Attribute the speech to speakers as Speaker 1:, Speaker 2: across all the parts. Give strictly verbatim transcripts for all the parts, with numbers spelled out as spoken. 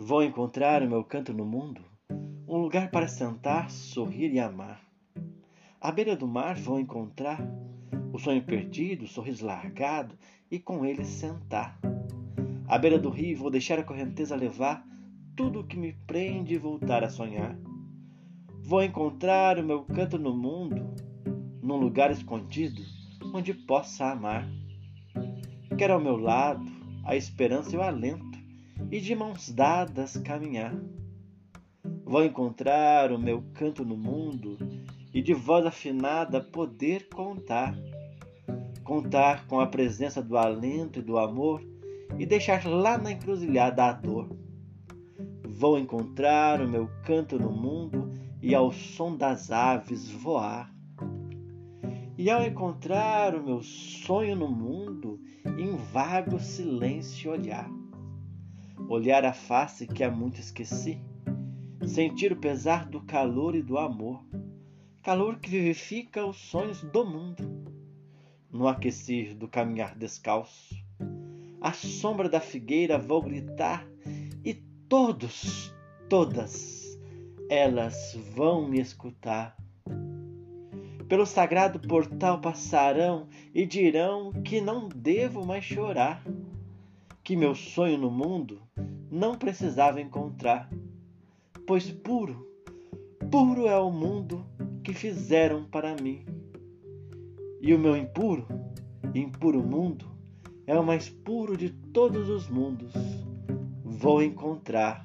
Speaker 1: Vou encontrar o meu canto no mundo, um lugar para sentar, sorrir e amar. À beira do mar vou encontrar o sonho perdido, o sorriso largado e com ele sentar. À beira do rio vou deixar a correnteza levar tudo o que me prende e voltar a sonhar. Vou encontrar o meu canto no mundo, num lugar escondido onde possa amar. Quero ao meu lado a esperança e o alento e de mãos dadas caminhar. Vou encontrar o meu canto no mundo e de voz afinada poder contar. Contar com a presença do alento e do amor e deixar lá na encruzilhada a dor. Vou encontrar o meu canto no mundo e ao som das aves voar. E ao encontrar o meu sonho no mundo, em vago silêncio olhar. Olhar a face que há muito esqueci, sentir o pesar do calor e do amor, calor que vivifica os sonhos do mundo. No aquecer do caminhar descalço, à sombra da figueira vou gritar e todos, todas, elas vão me escutar. Pelo sagrado portal passarão e dirão que não devo mais chorar, que meu sonho no mundo não precisava encontrar, pois puro, puro é o mundo que fizeram para mim. E o meu impuro, impuro mundo é o mais puro de todos os mundos. Vou encontrar,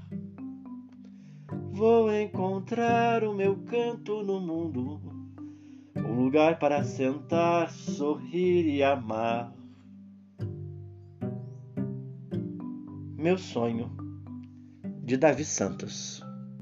Speaker 1: vou encontrar o meu canto no mundo, um lugar para sentar, sorrir e amar. Meu sonho, de Davi Santos.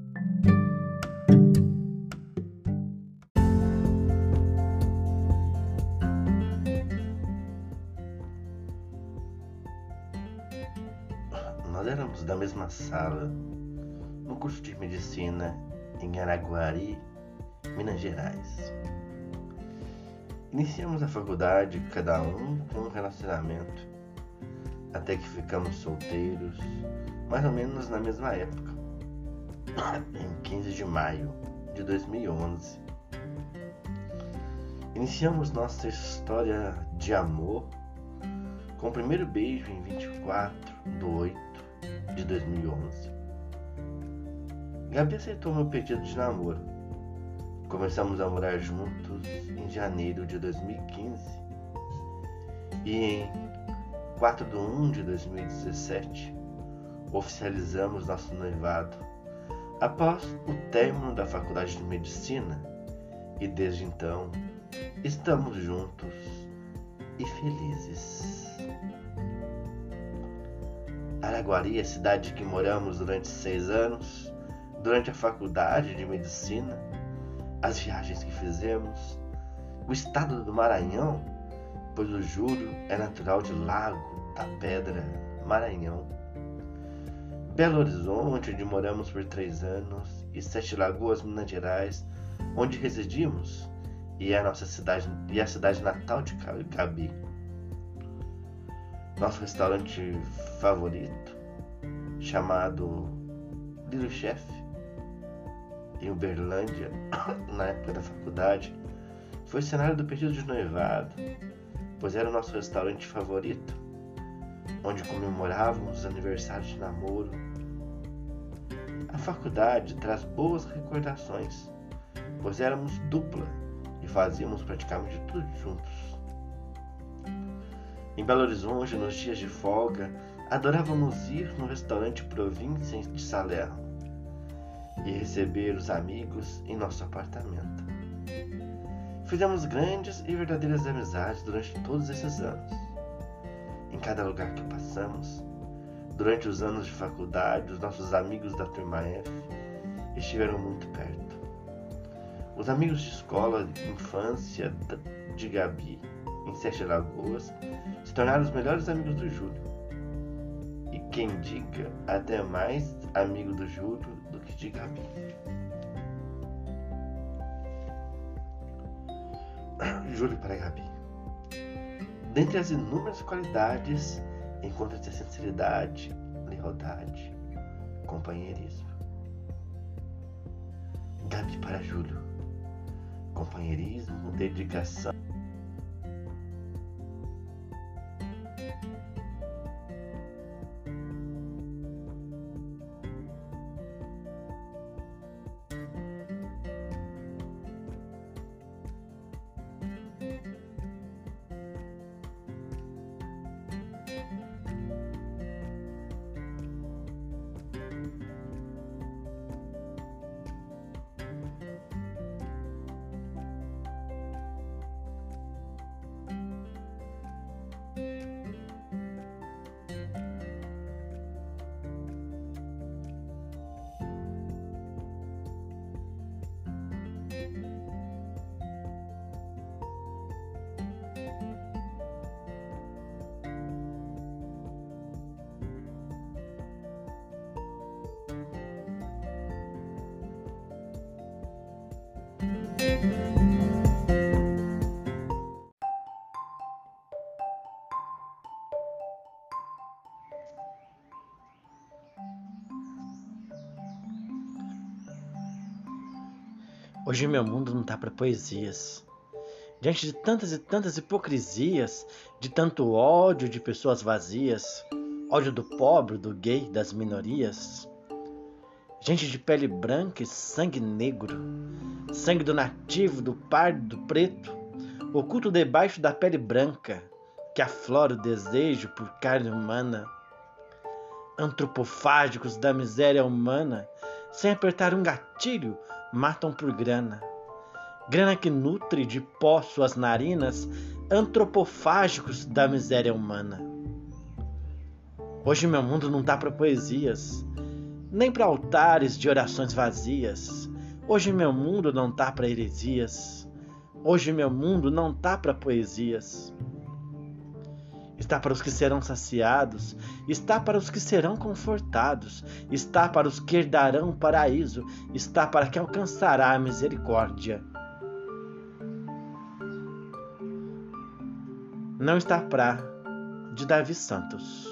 Speaker 2: Nós éramos da mesma sala, no curso de medicina em Araguari, Minas Gerais. Iniciamos a faculdade, cada um com um relacionamento, até que ficamos solteiros, mais ou menos na mesma época, em quinze de maio de dois mil e onze. Iniciamos nossa história de amor com o primeiro beijo em vinte e quatro de oito de dois mil e onze. Gabi aceitou meu pedido de namoro. Começamos a morar juntos em janeiro de dois mil e quinze e em quatro de um de dois mil e dezessete oficializamos nosso noivado após o término da faculdade de medicina e desde então estamos juntos e felizes. Araguari é a cidade que moramos durante seis anos, durante a faculdade de medicina, as viagens que fizemos, o estado do Maranhão, pois o Júlio é natural de Lago da Pedra, Maranhão. Belo Horizonte, onde moramos por três anos, e Sete Lagoas, Minas Gerais, onde residimos, e é a nossa cidade, e a cidade natal de Gabi. Nosso restaurante favorito, chamado Little Chef, em Uberlândia, na época da faculdade, foi o cenário do pedido de noivado, pois era o nosso restaurante favorito, onde comemorávamos os aniversários de namoro. A faculdade traz boas recordações, pois éramos dupla e fazíamos praticamente tudo juntos. Em Belo Horizonte, nos dias de folga, adorávamos ir no restaurante Província de Salerno e receber os amigos em nosso apartamento. Fizemos grandes e verdadeiras amizades durante todos esses anos. Em cada lugar que passamos, durante os anos de faculdade, os nossos amigos da turma F estiveram muito perto. Os amigos de escola de infância de Gabi, em Sete Lagoas, se tornaram os melhores amigos do Júlio. E quem diga, até mais amigo do Júlio do que de Gabi. Júlio para Gabi. Dentre as inúmeras qualidades, encontra-se a sinceridade, lealdade, companheirismo. Gabi para Júlio. Companheirismo, dedicação.
Speaker 1: Hoje meu mundo não tá para poesias. Diante de tantas e tantas hipocrisias, de tanto ódio de pessoas vazias, ódio do pobre, do gay, das minorias, gente de pele branca e sangue negro, sangue do nativo, do pardo, do preto, oculto debaixo da pele branca, que aflora o desejo por carne humana, antropofágicos da miséria humana, sem apertar um gatilho, matam por grana. Grana que nutre de pó suas narinas, antropofágicos da miséria humana. Hoje meu mundo não tá para poesias, nem para altares de orações vazias. Hoje meu mundo não tá para heresias. Hoje meu mundo não tá para poesias. Está para os que serão saciados, está para os que serão confortados, está para os que herdarão o paraíso, está para quem alcançará a misericórdia. Não está para de Davi Santos.